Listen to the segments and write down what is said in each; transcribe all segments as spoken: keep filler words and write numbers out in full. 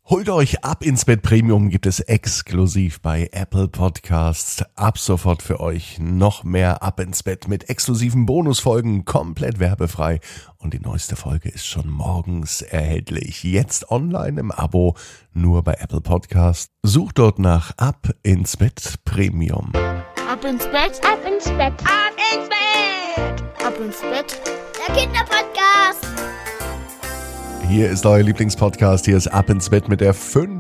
Holt euch Ab ins Bett Premium, gibt es exklusiv bei Apple Podcasts. Ab sofort für euch noch mehr Ab ins Bett mit exklusiven Bonusfolgen, komplett werbefrei. Und die neueste Folge ist schon morgens erhältlich. Jetzt online im Abo, nur bei Apple Podcasts. Sucht dort nach Ab ins Bett Premium. Ab ins Bett, ab ins Bett, ab ins Bett, ab ins Bett, der Kinderpodcast. Hier ist euer Lieblingspodcast, hier ist Ab ins Bett mit der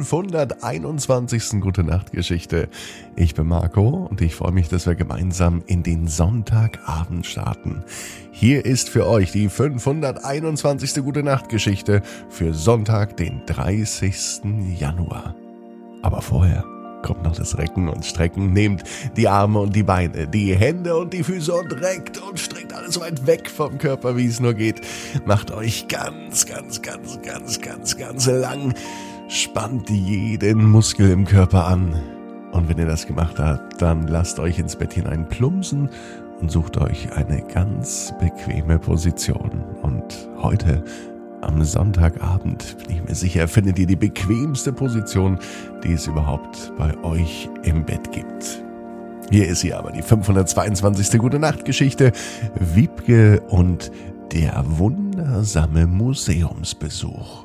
fünfhunderteinundzwanzigsten Gute-Nacht-Geschichte. Ich bin Marco und ich freue mich, dass wir gemeinsam in den Sonntagabend starten. Hier ist für euch die fünfhunderteinundzwanzigste Gute-Nacht-Geschichte für Sonntag, den dreißigsten Januar. Aber vorher kommt noch das Recken und Strecken. Nehmt die Arme und die Beine, die Hände und die Füße und reckt und streckt alles so weit weg vom Körper, wie es nur geht. Macht euch ganz, ganz, ganz, ganz, ganz, ganz lang. Spannt jeden Muskel im Körper an. Und wenn ihr das gemacht habt, dann lasst euch ins Bett hinein plumpsen und sucht euch eine ganz bequeme Position. Und heute am Sonntagabend, bin ich mir sicher, findet ihr die bequemste Position, die es überhaupt bei euch im Bett gibt. Hier ist sie aber, die fünfhundertzweiundzwanzigste Gute-Nacht-Geschichte. Wiebke und der wundersame Museumsbesuch.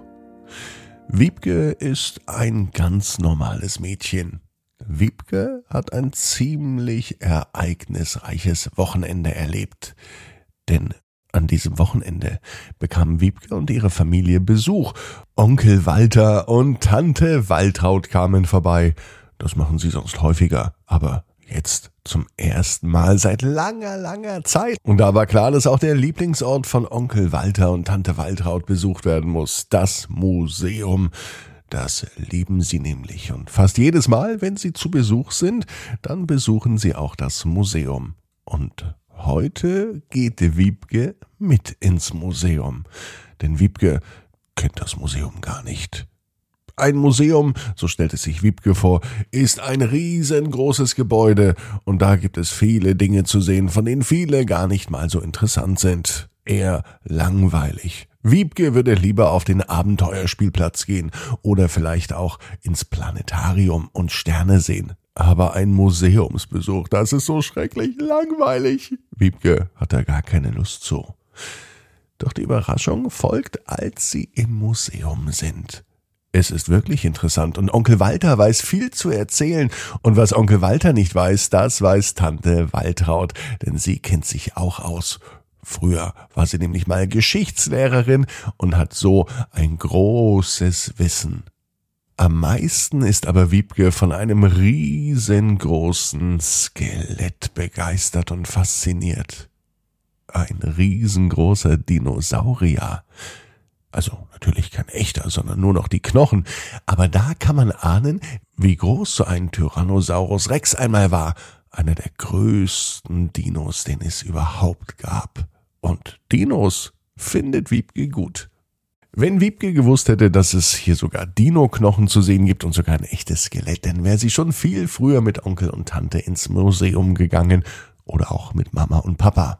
Wiebke ist ein ganz normales Mädchen. Wiebke hat ein ziemlich ereignisreiches Wochenende erlebt. Denn an diesem Wochenende bekamen Wiebke und ihre Familie Besuch. Onkel Walter und Tante Waltraud kamen vorbei. Das machen sie sonst häufiger, aber jetzt zum ersten Mal seit langer, langer Zeit. Und da war klar, dass auch der Lieblingsort von Onkel Walter und Tante Waltraud besucht werden muss. Das Museum. Das lieben sie nämlich. Und fast jedes Mal, wenn sie zu Besuch sind, dann besuchen sie auch das Museum. Und heute geht Wiebke mit ins Museum, denn Wiebke kennt das Museum gar nicht. Ein Museum, so stellt es sich Wiebke vor, ist ein riesengroßes Gebäude und da gibt es viele Dinge zu sehen, von denen viele gar nicht mal so interessant sind. Eher langweilig. Wiebke würde lieber auf den Abenteuerspielplatz gehen oder vielleicht auch ins Planetarium und Sterne sehen. Aber ein Museumsbesuch, das ist so schrecklich langweilig. Wiebke hat da gar keine Lust zu. Doch die Überraschung folgt, als sie im Museum sind. Es ist wirklich interessant und Onkel Walter weiß viel zu erzählen. Und was Onkel Walter nicht weiß, das weiß Tante Waltraud, denn sie kennt sich auch aus. Früher war sie nämlich mal Geschichtslehrerin und hat so ein großes Wissen. Am meisten ist aber Wiebke von einem riesengroßen Skelett begeistert und fasziniert. Ein riesengroßer Dinosaurier. Also natürlich kein echter, sondern nur noch die Knochen. Aber da kann man ahnen, wie groß so ein Tyrannosaurus Rex einmal war. Einer der größten Dinos, den es überhaupt gab. Und Dinos findet Wiebke gut. Wenn Wiebke gewusst hätte, dass es hier sogar Dino-Knochen zu sehen gibt und sogar ein echtes Skelett, dann wäre sie schon viel früher mit Onkel und Tante ins Museum gegangen oder auch mit Mama und Papa.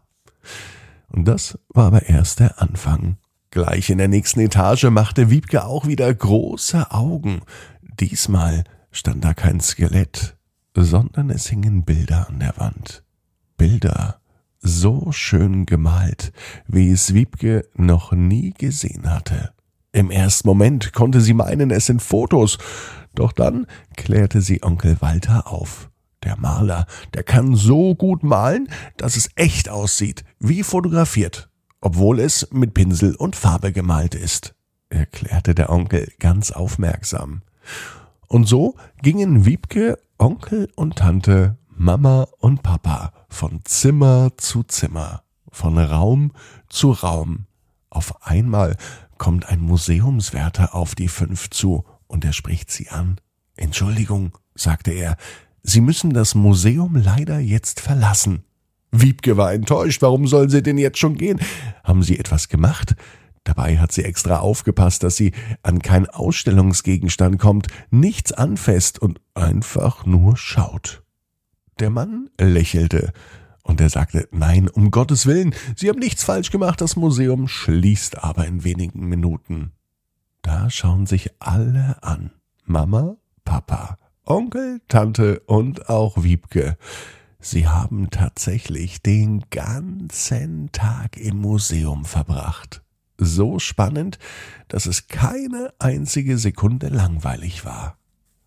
Und das war aber erst der Anfang. Gleich in der nächsten Etage machte Wiebke auch wieder große Augen. Diesmal stand da kein Skelett, sondern es hingen Bilder an der Wand. Bilder, so schön gemalt, wie es Wiebke noch nie gesehen hatte. Im ersten Moment konnte sie meinen, es sind Fotos, doch dann klärte sie Onkel Walter auf. Der Maler, der kann so gut malen, dass es echt aussieht, wie fotografiert, obwohl es mit Pinsel und Farbe gemalt ist, erklärte der Onkel ganz aufmerksam. Und so gingen Wiebke, Onkel und Tante, Mama und Papa von Zimmer zu Zimmer, von Raum zu Raum. Auf einmal kommt ein Museumswärter auf die fünf zu und er spricht sie an. »Entschuldigung«, sagte er, »Sie müssen das Museum leider jetzt verlassen.« Wiebke war enttäuscht. Warum soll sie denn jetzt schon gehen? Haben Sie etwas gemacht? Dabei hat sie extra aufgepasst, dass sie an keinen Ausstellungsgegenstand kommt, nichts anfasst und einfach nur schaut. Der Mann lächelte und er sagte, nein, um Gottes Willen, Sie haben nichts falsch gemacht, das Museum schließt aber in wenigen Minuten. Da schauen sich alle an. Mama, Papa, Onkel, Tante und auch Wiebke. Sie haben tatsächlich den ganzen Tag im Museum verbracht. So spannend, dass es keine einzige Sekunde langweilig war.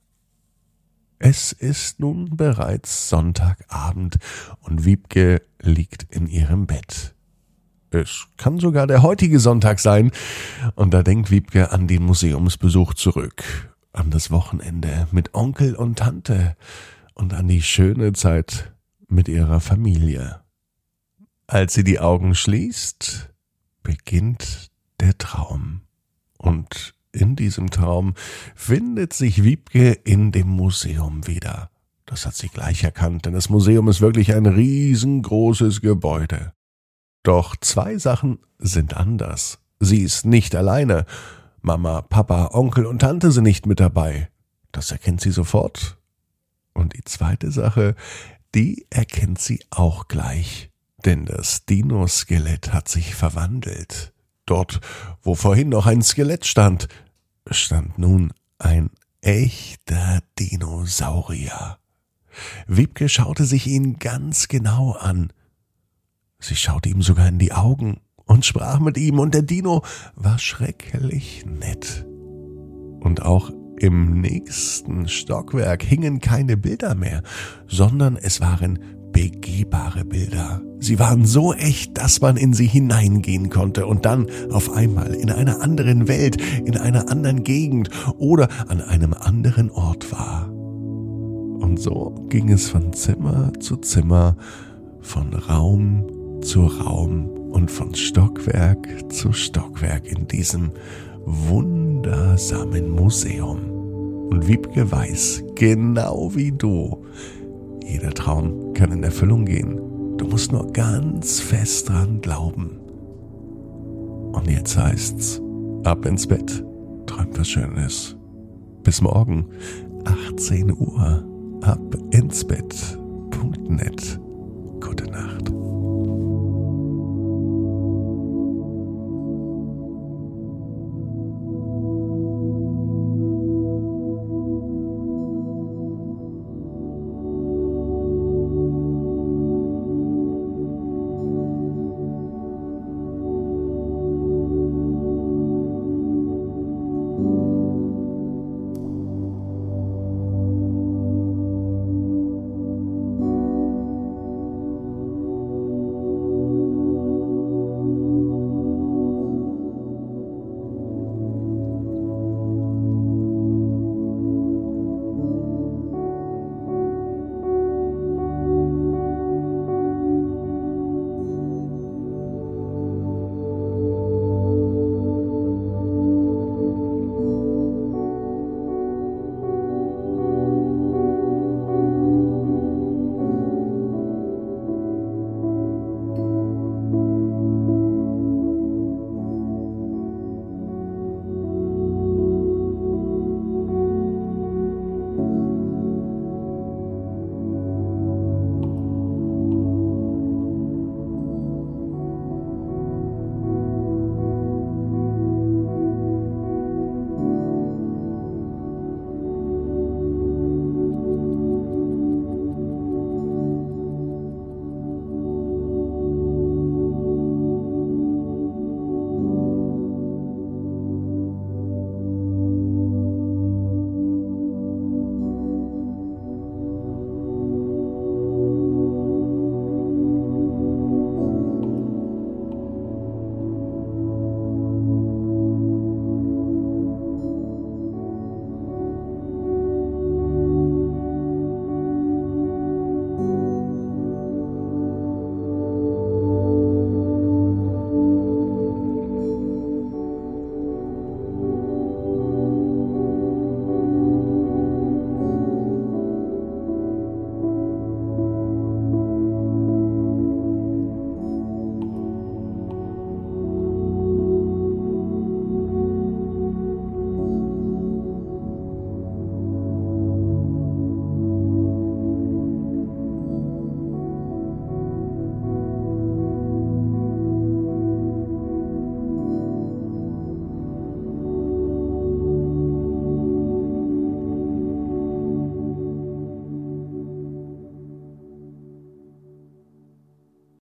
Es ist nun bereits Sonntagabend und Wiebke liegt in ihrem Bett. Es kann sogar der heutige Sonntag sein und da denkt Wiebke an den Museumsbesuch zurück, an das Wochenende mit Onkel und Tante und an die schöne Zeit mit ihrer Familie. Als sie die Augen schließt, beginnt der Traum und in diesem Traum findet sich Wiebke in dem Museum wieder. Das hat sie gleich erkannt, denn das Museum ist wirklich ein riesengroßes Gebäude. Doch zwei Sachen sind anders. Sie ist nicht alleine. Mama, Papa, Onkel und Tante sind nicht mit dabei. Das erkennt sie sofort. Und die zweite Sache, die erkennt sie auch gleich. Denn das Dino-Skelett hat sich verwandelt. Dort, wo vorhin noch ein Skelett stand, stand nun ein echter Dinosaurier. Wiebke schaute sich ihn ganz genau an. Sie schaute ihm sogar in die Augen und sprach mit ihm, und der Dino war schrecklich nett. Und auch im nächsten Stockwerk hingen keine Bilder mehr, sondern es waren begehbare Bilder. Sie waren so echt, dass man in sie hineingehen konnte und dann auf einmal in einer anderen Welt, in einer anderen Gegend oder an einem anderen Ort war. Und so ging es von Zimmer zu Zimmer, von Raum zu Raum und von Stockwerk zu Stockwerk in diesem wundersamen Museum. Und Wiebke weiß, genau wie du, jeder Traum kann in Erfüllung gehen. Du musst nur ganz fest dran glauben. Und jetzt heißt's, ab ins Bett, träumt was Schönes. Bis morgen, achtzehn Uhr, ab ins Bett Punkt net. Gute Nacht.